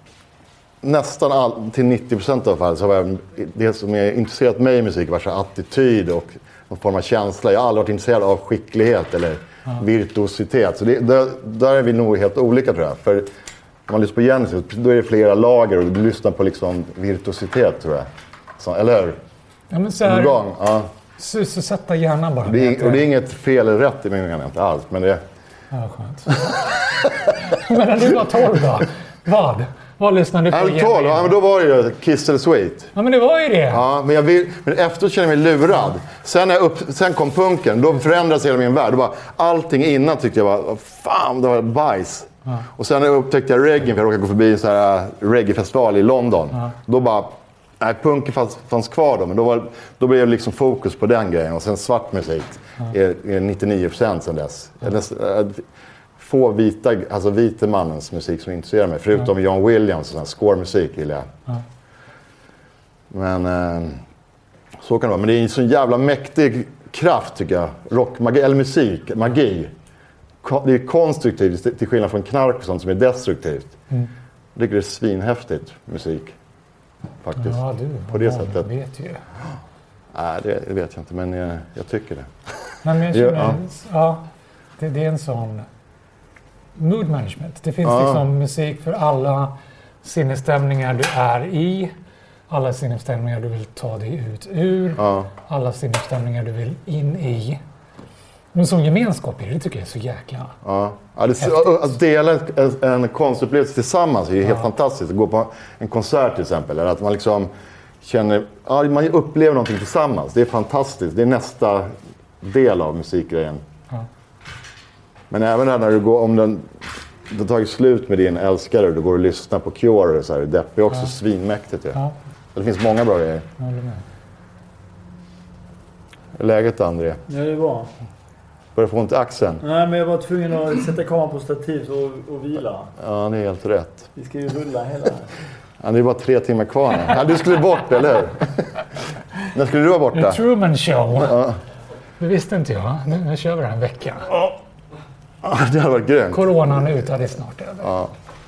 nästan till 90% av fallet så har jag, det som är intresserat mig i musik var så attityd och någon form av känsla. Jag har aldrig varit intresserad av skicklighet eller virtuositet. Så där är vi nog helt olika tror jag. För om man lyssnar på Genesis, då är det flera lager och du lyssnar på liksom virtuositet tror jag. Så, eller hur? Ja, men så här, sysselsätta hjärnan bara. Och det är inget fel eller rätt i min mening, inte alls. Men det... Ja, skönt. Men när du var 12 då? Vad lyssnade du på? 12, ja, men då var det ju Kiss eller Sweet. Ja, men det var ju det. Ja, men efteråt kände jag mig lurad. Sen kom punken, då förändrades hela min värld. Då bara, allting innan tyckte jag var, fan, det var bajs. Och sen upptäckte jag reggae, för jag råkade gå förbi en sån här reggae-festival i London. Då bara, punken fanns kvar då, men då blev det liksom fokus på den grejen. Och sen svart musik är 99% sen dess. Få vita mannens musik som intresserar mig. Förutom John Williams och score-musik gillar jag. Men så kan det vara. Men det är en sån jävla mäktig kraft tycker jag. Rockmagi, eller musik, magi. Det är konstruktivt till skillnad från knark och sånt som är destruktivt. Jag tycker det är svinhäftigt musik. Faktiskt. Ja, du. På det sättet. Vet ju. Nej, det vet jag inte, men jag tycker det. Nej, men jag känner, det är en sån mood management. Det finns liksom musik för alla sinnesstämningar du är i. Alla sinnesstämningar du vill ta dig ut ur. Alla sinnesstämningar du vill in i. Men som gemenskap är det tycker jag är så jäkla att dela en konstupplevelse tillsammans är ju helt fantastiskt. Att gå på en konsert till exempel. Eller att man liksom känner, man upplever någonting tillsammans. Det är fantastiskt. Det är nästa del av musikgrejen. Men även där när du går, du har tagit slut med din älskare och du går och lyssnar på Cure och så här. Depp är också svinmäktigt. Ja. Det finns många bra grejer. Jag håller med. Läget, André? Ja, det var. Börjar få ont i axeln? Nej, men jag var tvungen att sätta kameran på stativ och vila. Ja, det är helt rätt. Vi ska ju rulla hela. Ja, det är bara 3 timmar kvar nu. Ja, du skulle bort, eller hur? När skulle du vara borta? The Truman Show. Ja. Det visste inte jag. Nu kör vi det här en vecka. Ja, det hade varit grymt. Coronan är ute, det är snart över. Ja.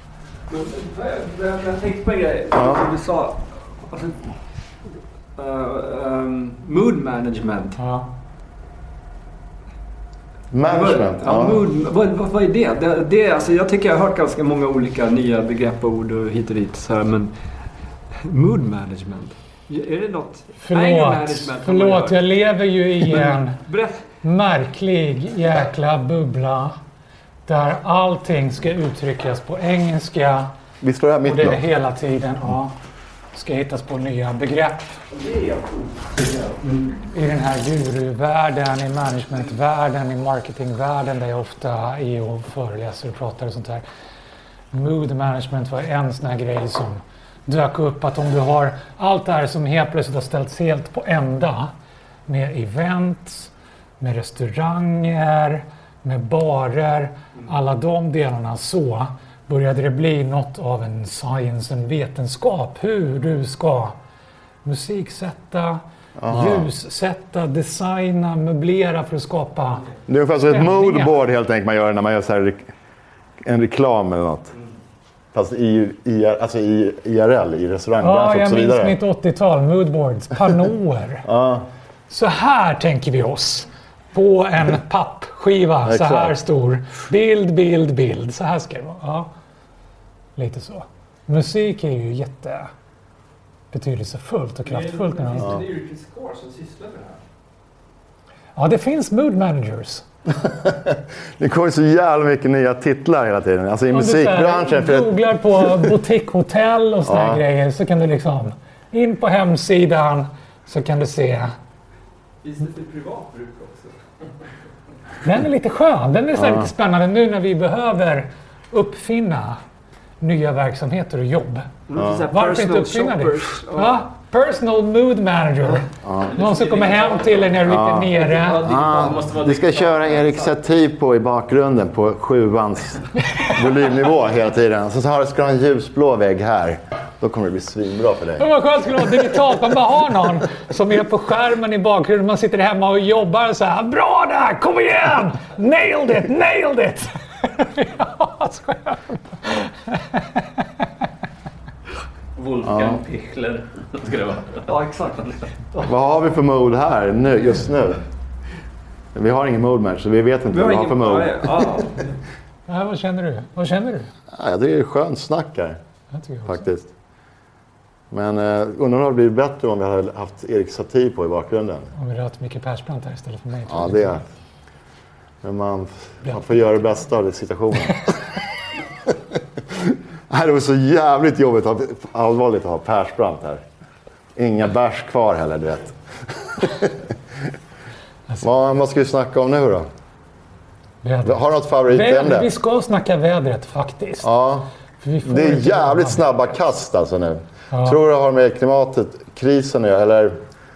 Jag tänkte på en grej. Som du sa. Alltså, mood management. Ja. Management? Ja. Vad är det? Det alltså, jag tycker jag har hört ganska många olika nya begrepp och ord och hit och dit. Så här, men mood management. Är det något? Förlåt, jag lever ju i en märklig jäkla bubbla där allting ska uttryckas på engelska. Vi står här mitt och det är hela tiden ska hittas på nya begrepp. I den här guruvärlden, i managementvärlden, i marketingvärlden där jag ofta är och föreläser och pratar och sånt här. Mood management var en sån här grej som dök upp, att om du har allt det här som helt plötsligt har ställts helt på ända med events, med restauranger, med barer, alla de delarna, så började det bli något av en science, en vetenskap, hur du ska musiksätta, ljussätta, designa, möblera för att skapa. Det är ungefär så ett moodboard helt enkelt man gör när man gör så här en reklam eller något. Fast i IRL, i restaurangbranschen och så vidare. Ja, jag minns mitt 80-tal, moodboards, panoer. Så här tänker vi oss på en pappskiva, så här stor. Bild. Så här ska det vara. Ja. Lite så. Musik är ju betydelsefullt och kraftfullt. Det är yrkeskår som sysslar med det här. Ja, det finns mood managers. Det kommer så jävla mycket nya titlar hela tiden. Alltså i musikbranschen. Om du googlar på boutique-hotell och sådana grejer så kan du liksom in på hemsidan så kan du se. Finns det för privat bruk också? Den är lite skön. Den är så lite spännande nu när vi behöver uppfinna nya verksamheter och jobb. Varför inte uppfinna det? Ja, personal mood manager. Någon som kommer hem till en när du är lite nere. Du ska köra Erik Satie på i bakgrunden på 7:ans volymnivå hela tiden. Så ska du ha en ljusblå vägg här. Då kommer det bli svinbra för dig. Men vad skönt skulle det vara digitalt. Man bara har någon som är på skärmen i bakgrunden. Man sitter hemma och jobbar och så här. Bra där, kom igen! Nailed it! Ja, skönt. Wolfgang Pichler ska det vara. Ja, exakt. Vad har vi för mode här just nu? Vi har ingen mode match så vi vet inte vad vi har för mode. Ja, vad känner du? Ja, jag tycker det är skönt snack här. Faktiskt. Men undrar om det blir bättre om vi hade haft Erik Satie på i bakgrunden. Om vi hade haft Micke Persbrandt här istället för mig. Ja, det är. Men man får göra det bästa av den situationen. Det var så jävligt jobbigt, allvarligt att ha Persbrandt här. Inga bärs kvar heller, du vet. Vad ska vi snacka om nu då? Vädret. Har du något favoritämne? Vi ska snacka vädret faktiskt. Ja, det är jävligt snabba kast alltså nu. Ja. Tror du det har med krisen eller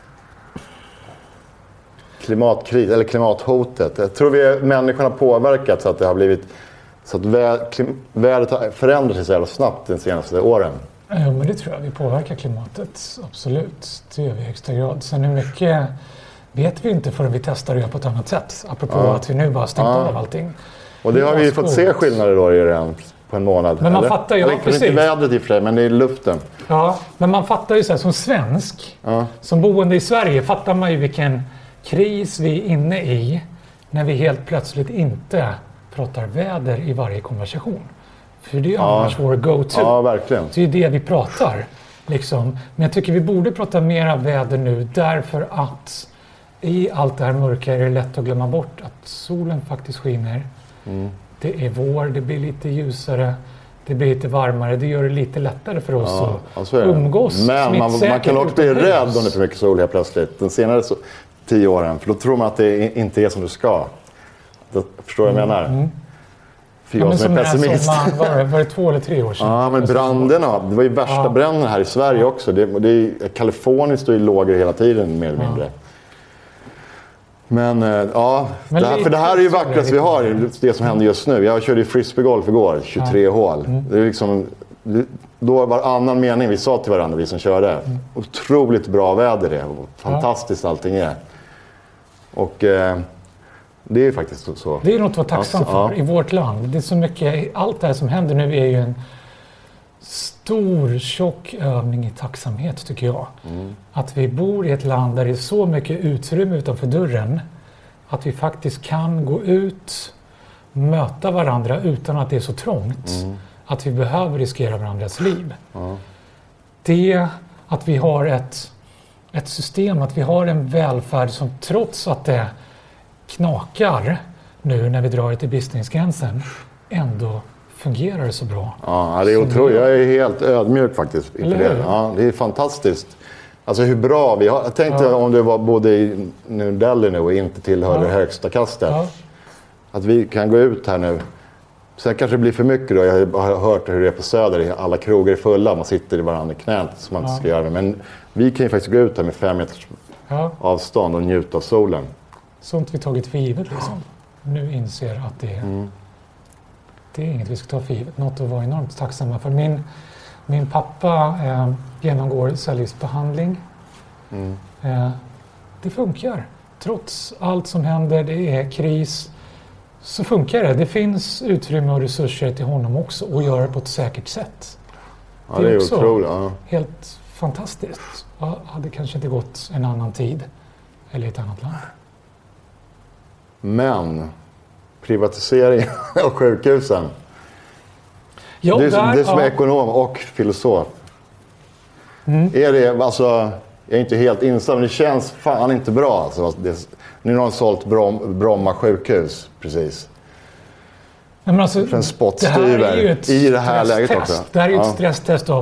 klimatkris eller klimathotet? Jag tror människorna har påverkat så att det har blivit så att vädret har förändrat sig så jävla snabbt de senaste åren. Ja, men det tror jag. Vi påverkar klimatet, absolut. Det gör vi i högsta grad. Sen hur mycket vet vi inte förrän vi testar att göra på ett annat sätt. Apropå att vi nu bara stängt av allting. Och det har vi fått se skillnader då redan på en månad. Men man fattar ju, precis. Inte vädret i och för sig, men det är luften. Ja, men man fattar ju så här, som svensk, som boende i Sverige, fattar man ju vilken kris vi är inne i när vi helt plötsligt inte pratar väder i varje konversation. För det är ju annars vår go-to. Ja, verkligen. Det är ju det vi pratar. Liksom. Men jag tycker vi borde prata mer väder nu därför att i allt det här mörka är det lätt att glömma bort att solen faktiskt skiner. Det är vår, det blir lite ljusare, det blir lite varmare. Det gör det lite lättare för oss att umgås. Men man kan också bli rädd om det är för mycket sol helt plötsligt. Den senare 10 åren. För då tror man att det inte är som det ska. Förstår du vad jag menar? för jag som är pessimist. Var det 2 eller 3 år sedan? Ja, men bränderna. Det var ju värsta bränderna här i Sverige också. Kalifornien står ju lågare hela tiden, mer eller mindre. Men det här är ju vackrast vi har, det som händer just nu. Jag körde ju frisbeegolf igår, 23 hål. Det är liksom, då var annan mening vi sa till varandra, vi som körde. Otroligt bra väder det, och fantastiskt allting är. Och det är ju faktiskt så. Det är något att vara tacksam för i vårt land. Det är så mycket, allt det här som händer nu är ju en stor, tjock övning i tacksamhet, tycker jag. Att vi bor i ett land där det är så mycket utrymme utanför dörren att vi faktiskt kan gå ut, möta varandra utan att det är så trångt. Att vi behöver riskera varandras liv. Det att vi har ett system, att vi har en välfärd som trots att det knakar nu när vi drar det till bristningsgränsen ändå fungerar det så bra. Ja, det är otroligt. Jag är helt ödmjuk faktiskt inför det. Ja, det är fantastiskt. Alltså hur bra vi har. Jag tänkte om du bodde i New Delhi nu och inte tillhör det högsta kastet. Att vi kan gå ut här nu. Sen kanske det blir för mycket då. Jag har hört hur det är på Söder. Alla krogar är fulla. Man sitter i varandra i knät som man inte ska göra. Men vi kan ju faktiskt gå ut här med 5 meters avstånd och njuta av solen. Sånt vi tagit för givet liksom. Nu inser att det är inget vi ska ta för givet. Något att vara enormt tacksamma för. Min pappa genomgår cellgiftsbehandling. Det funkar. Trots allt som händer, det är kris, så funkar det. Det finns utrymme och resurser till honom också och göra det på ett säkert sätt. Ja, det är också otroligt. Helt fantastiskt. Hade kanske inte gått en annan tid eller ett annat land. Men privatisering av sjukhusen. Ja, du som är ekonom och filosof. Är det, alltså, jag är inte helt insatt, men det känns fan inte bra. Alltså, nu har de sålt Bromma sjukhus, precis. Men alltså, för en spottstyver i det här läget också. Det här är ju ett stresstest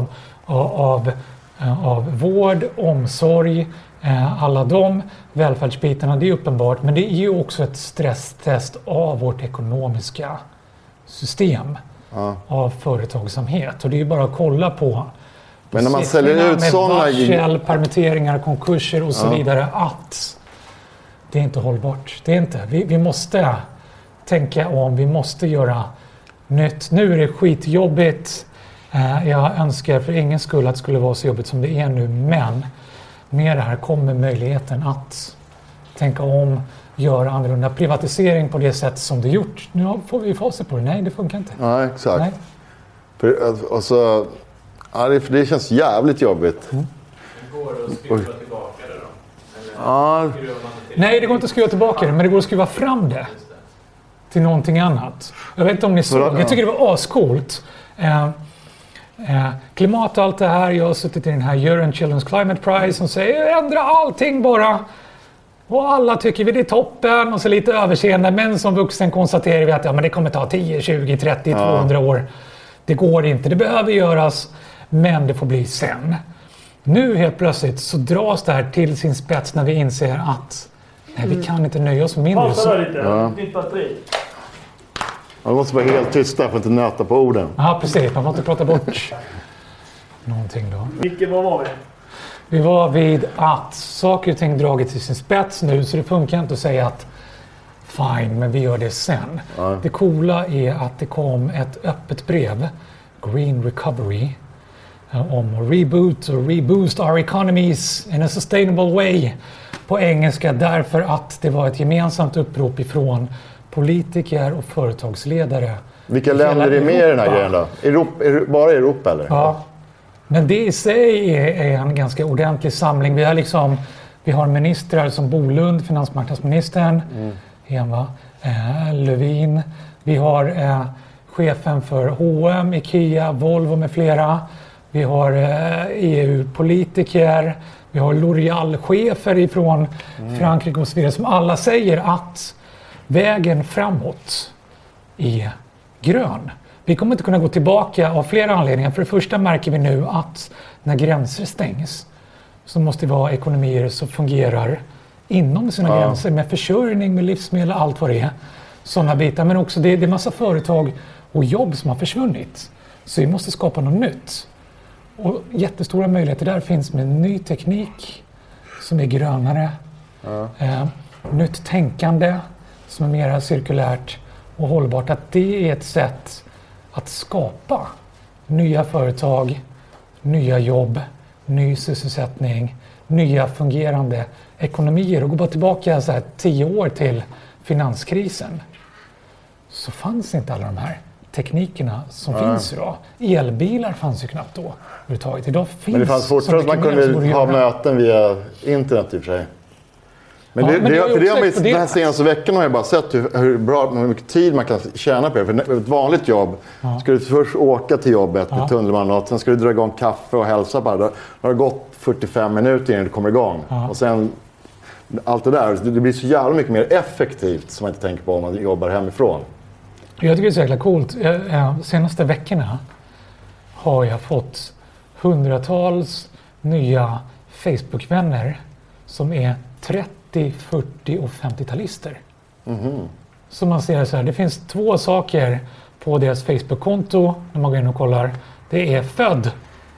av vård, omsorg, alla de välfärdsbitarna, det är uppenbart. Men det är ju också ett stresstest av vårt ekonomiska system, av företagsamhet. Och det är ju bara att kolla på men när man säljer ut sådana varsel, permitteringar, konkurser och så vidare, att det är inte hållbart. Det är inte. Vi måste tänka om, vi måste göra nytt. Nu är det skitjobbigt. Jag önskar för ingen skull att det skulle vara så jobbigt som det är nu, men med det här kommer möjligheten att tänka om, göra annorlunda. Privatisering på det sätt som det gjort. Nu får vi fasa på det. Nej, det funkar inte. Nej, exakt. Nej. Alltså, det känns jävligt jobbigt. Det går att skruva tillbaka det då? Nej, det går inte att skruva tillbaka det, men det går att skruva fram det till någonting annat. Jag vet inte om ni såg. Jag tycker det var ascoolt. Klimat och allt det här. Jag har suttit i den här European Children's Climate Prize som säger ändra allting bara. Och alla tycker vi det är toppen och så lite överseende. Men som vuxen konstaterar vi att men det kommer ta 10, 20, 30, 200 år. Det går inte, det behöver göras. Men det får bli sen. Nu helt plötsligt så dras det här till sin spets när vi inser att nej, vi kan inte nöja oss med mindre. Pausa lite, ditt batteri. Man måste vara helt tysta för att inte nöta på orden. Ja, precis. Man får inte prata bort någonting då. Vilket var vi? Vi var vid att saker och ting dragit till sin spets nu, så det funkar inte att säga att fine, men vi gör det sen. Det coola är att det kom ett öppet brev, Green Recovery, om att reboot och reboost our economies in a sustainable way på engelska, därför att det var ett gemensamt upprop ifrån politiker och företagsledare. Vilka länder är med i den här grejen då? Bara Europa eller? Ja, men det i sig är en ganska ordentlig samling. Vi har ministrar som Bolund, finansmarknadsministern, Lövin. Vi har chefen för H&M, Ikea, Volvo med flera. Vi har EU-politiker. Vi har L'Oreal-chefer ifrån Frankrike och så vidare, som alla säger att vägen framåt är grön. Vi kommer inte kunna gå tillbaka av flera anledningar. För det första märker vi nu att när gränser stängs så måste det vara ekonomier som fungerar inom sina gränser med försörjning, med livsmedel och allt vad det är. Sådana bitar. Men också det är massa företag och jobb som har försvunnit. Så vi måste skapa något nytt. Och jättestora möjligheter där finns med ny teknik som är grönare. Nytt tänkande som är mer cirkulärt och hållbart. Att det är ett sätt att skapa nya företag, nya jobb, ny sysselsättning, nya fungerande ekonomier. Och gå bara tillbaka så här 10 år till finanskrisen, så fanns inte alla de här teknikerna som finns idag. Elbilar fanns ju knappt då överhuvudtaget. Idag finns. Men det fanns fortfarande man kunde ha möten via internet i och för sig. Men den här senaste veckan har jag bara sett hur mycket tid man kan tjäna på det. För ett vanligt jobb ska du först åka till jobbet med tunnelbanan och sen ska du dra igång kaffe och hälsa bara. Då har det gått 45 minuter innan du kommer igång. Och sen allt det där, det blir så jävla mycket mer effektivt som man inte tänker på om man jobbar hemifrån. Jag tycker det är så jäkla coolt. Senaste veckorna har jag fått hundratals nya Facebook-vänner som är 30, 40 och 50-talister. Så man ser så här, det finns 2 saker på deras Facebook-konto när man går in och kollar. Det är född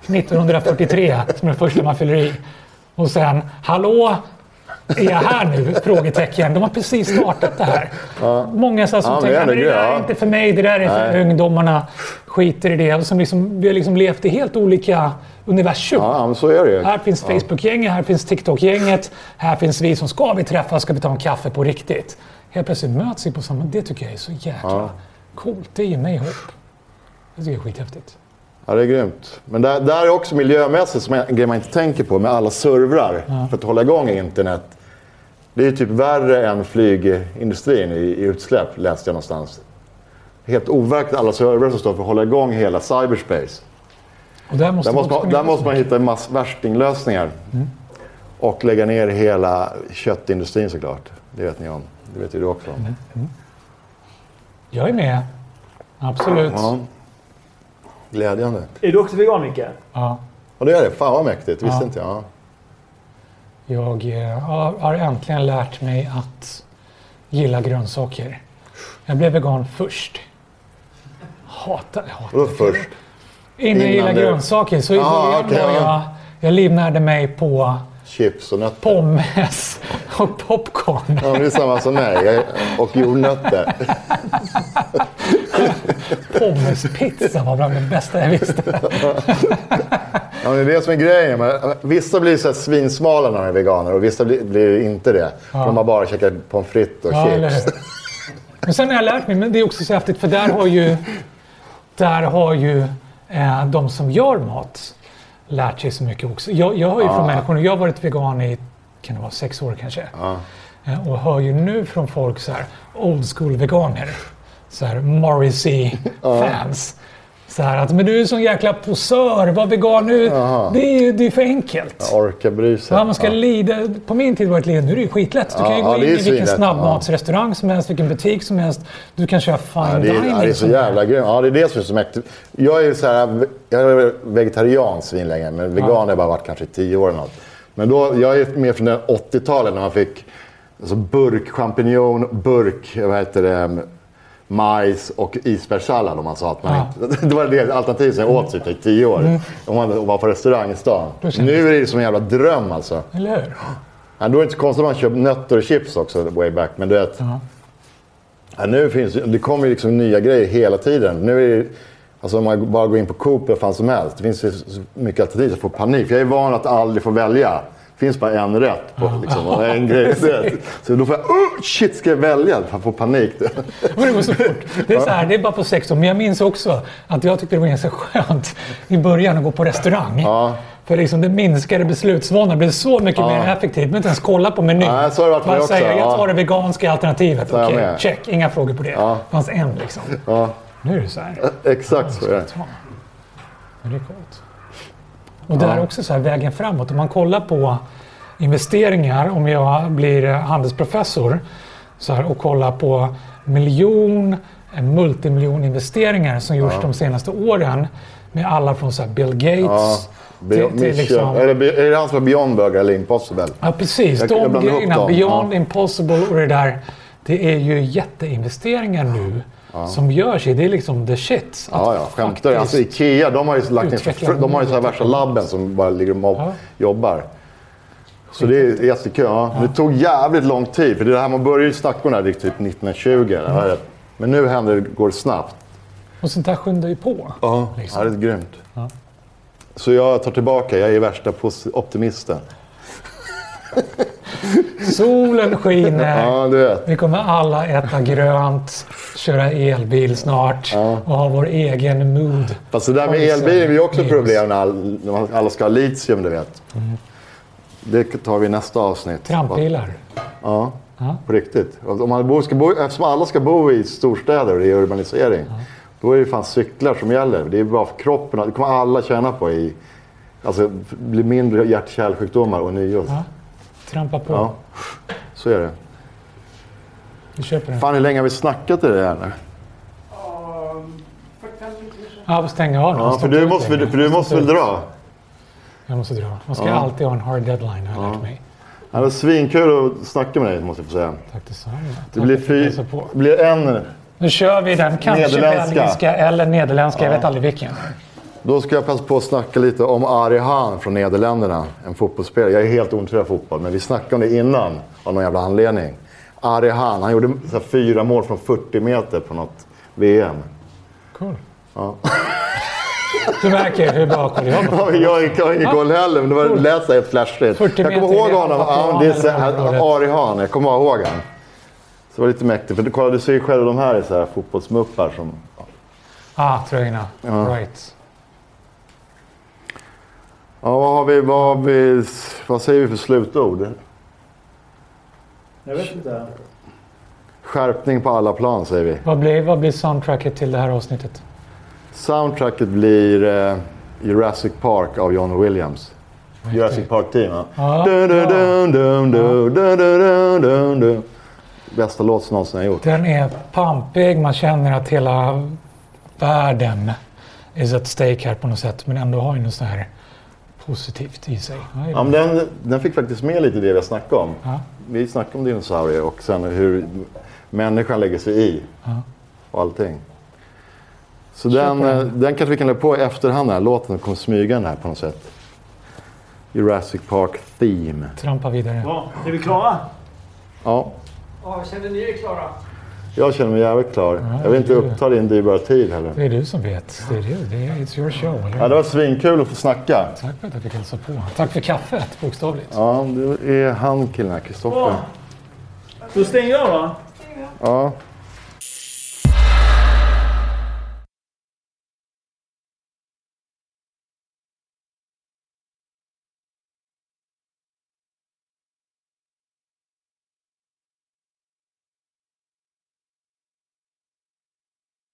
1943 som är det första man fyller i. Och sen, hallå, är jag här nu? Frågetecken. De har precis startat det här. Många som tänker, det där är inte för mig, det där är för ungdomarna. Skiter i det. Och som vi har liksom levt i helt olika universum. Ja, men så är det. Här finns Facebook-gänget, här finns TikTok-gänget. Här finns vi som ska vi träffas, ska vi ta en kaffe på riktigt. Helt plötsligt möts vi på samma. Det tycker jag är så jäkla coolt. Det ger mig hopp. Det tycker jag är skithäftigt. Ja, det är grymt. Men där är också miljömässigt som en grej man inte tänker på med alla servrar för att hålla igång internet. Det är typ värre än flygindustrin i utsläpp, läste jag någonstans. Helt overkligt alla servrar som står för att hålla igång hela cyberspace. Och där måste man hitta värstinglösningar. Och lägga ner hela köttindustrin såklart. Det vet ni om. Det vet ju du också om. Jag är med. Absolut. Ja. Glädjande. Är du också vegan, Micke? Ja. Och det är det. Fan vad mäktigt. Visste inte jag. Jag har äntligen lärt mig att gilla grönsaker. Jag blev vegan först. Hatar Vadå först? Innan jag gillade grönsaker så jag livnärde mig på chips och nötter. Pommes och popcorn. Ja, det är samma som mig. Och jordnötter. Pommespizza var bland det bästa jag visste. Ja, men det är det som är grejen. Vissa blir så här svinsmala när de är veganer och vissa blir inte det. För de har bara käkat pommes frites och chips. Men sen har jag lärt mig, men det är också så häftigt för där har ju de som gör mat lärt sig så mycket också. Jag har ju från människor, jag har varit vegan i, kan det vara 6 år kanske. Och hör ju nu från folk så här old school veganer. Så här Morrissey-fans. Så här att, men du är sån jäkla posör, var vegan nu. Det är för enkelt. Jag orkar bry sig. Ja, man ska lida. På min tid var det ett led, nu är det ju skitlätt. Du kan ju gå in i vilken snabbmatsrestaurang som helst, vilken butik som helst. Du kan köra fine dining. Det är så jävla grymt. Ja, det är det som är så mäktigt. Jag är så här, jag är vegetarian svinlänge, men vegan har jag bara varit kanske 10 år eller något. Men då, jag är mer från 80-talet när man fick alltså champinjon, majs och isbergssallad om man sa att man inte... Det var det alternativ som jag åt i 10 år. Om man var på restaurang i stan. Nu är det som en jävla dröm alltså. Eller hur? Ja, då är det inte konstigt att man köper nötter och chips också way back. Men du vet... nu finns det kommer ju liksom nya grejer hela tiden. Nu är det... Alltså om man bara går in på Coop eller fan som helst. Det finns ju så mycket alternativ så jag får panik. För jag är van att aldrig få välja. Det finns bara en rätt på liksom, en grej. Så då får jag, ska jag välja? Jag får panik. Men det går så fort. Det är så här, det är bara på 16. Men jag minns också att jag tyckte det var ganska skönt i början att gå på restaurang. För liksom det minskade beslutsvanan. Det blev så mycket mer effektivt. Men inte ens kolla på menyn. Nej, så har det varit bara också. Säga, jag tar det veganska alternativet. Okej, check. Inga frågor på det. Det fanns en liksom. Nu är det så här. Exakt så är det. Men det är coolt. Och det är också så här vägen framåt. Om man kollar på investeringar, om jag blir handelsprofessor så här, och kollar på multimiljoninvesteringar som gjorts de senaste åren med alla från så här Bill Gates till liksom... Är det han som var Beyond Burger eller Impossible? Ja, precis. De grejerna, Beyond, Impossible och det där, det är ju jätteinvesteringar nu som görs i. Det är liksom the shit. Ja, skämtar. Alltså Ikea, de har ju lagt in de har ju så här värsta labben som bara ligger och jobbar. Så det är jättekul. Ja. Det tog jävligt lång tid. För det här man började ju snacka om det här typ 1920. Men nu går det snabbt. Och sånt här skyndar ju på. Ja, liksom. Det är grymt. Ja. Så jag tar tillbaka. Jag är värsta optimisten. Solen skiner. Ja, du vet. Vi kommer alla äta grönt, köra elbil snart och ha vår egen mood. Fast det där med elbil är ju också problem när alla ska ha litium, du vet. Det tar vi i nästa avsnitt. Trampbilar. Ja, på riktigt. Eftersom alla ska bo i storstäder och det är urbanisering, då är det fan cyklar som gäller. Det är bra för kroppen. Det kommer alla tjäna på. Alltså, det blir mindre hjärt-kärlsjukdomar och nyår. Trampa på. Ja, så är det. Vi köper den. Fan, hur länge har vi snackat i det här? 45 minuter. Ja, stäng av. Ja, för du måste väl dra? Jag måste dra. Man ska alltid ha en hard deadline, har jag lärt mig. Ja, det var svinkul att snacka med dig, måste jag få säga. Tack detsamma. Det blir en... Nu kör vi den. Kanske belgiska eller nederländska. Jag vet aldrig vilken. Då ska jag passa på att snacka lite om Arie Haan från Nederländerna. En fotbollsspelare. Jag är helt ointresserad av fotboll, men vi snackade om det innan av någon jävla anledning. Arie Haan, han gjorde 4 mål från 40 meter på något VM. Cool. Ja. Du märker hur bra koll jag har. Jag har ingen koll heller, men det var läsa helt flashigt. Jag kommer ihåg honom. Det är Arie Haan, jag kommer ihåg honom. Så det var lite mäktigt, för du ser ju själv de här är så här fotbollsmuppar som... Tröjorna. Right. Ja, vad säger vi för slutord? Jag vet inte. Skärpning på alla plan, säger vi. Vad blir soundtracket till det här avsnittet? Soundtracket blir Jurassic Park av John Williams. Jurassic Park-team, Bästa låt som någonsin har gjort. Den är pampig. Man känner att hela världen är at stake här på något sätt. Men ändå har ju något så här positivt i sig. Ja, men den fick faktiskt med lite det vi snackade om. Vi snackade om dinosaurier och sen hur människan lägger sig i. Och allting. Så den kanske vi kan lägga på i efterhand här. Låten kommer smyga här på något sätt. Jurassic Park theme. Trampa vidare. Ja, är vi klara? Ja. Känner ni er klara? Jag känner mig jävligt klar. Jag vill inte uppta din dyrbara tid heller. Det är du som vet. Det är it's your show. Eller? Ja, det var svinkul att få snacka. Tack för att jag fick hälsa på. Tack för kaffet, bokstavligt. Ja, du är han killen här, Kristoffer. Då stänger jag, va? Ja.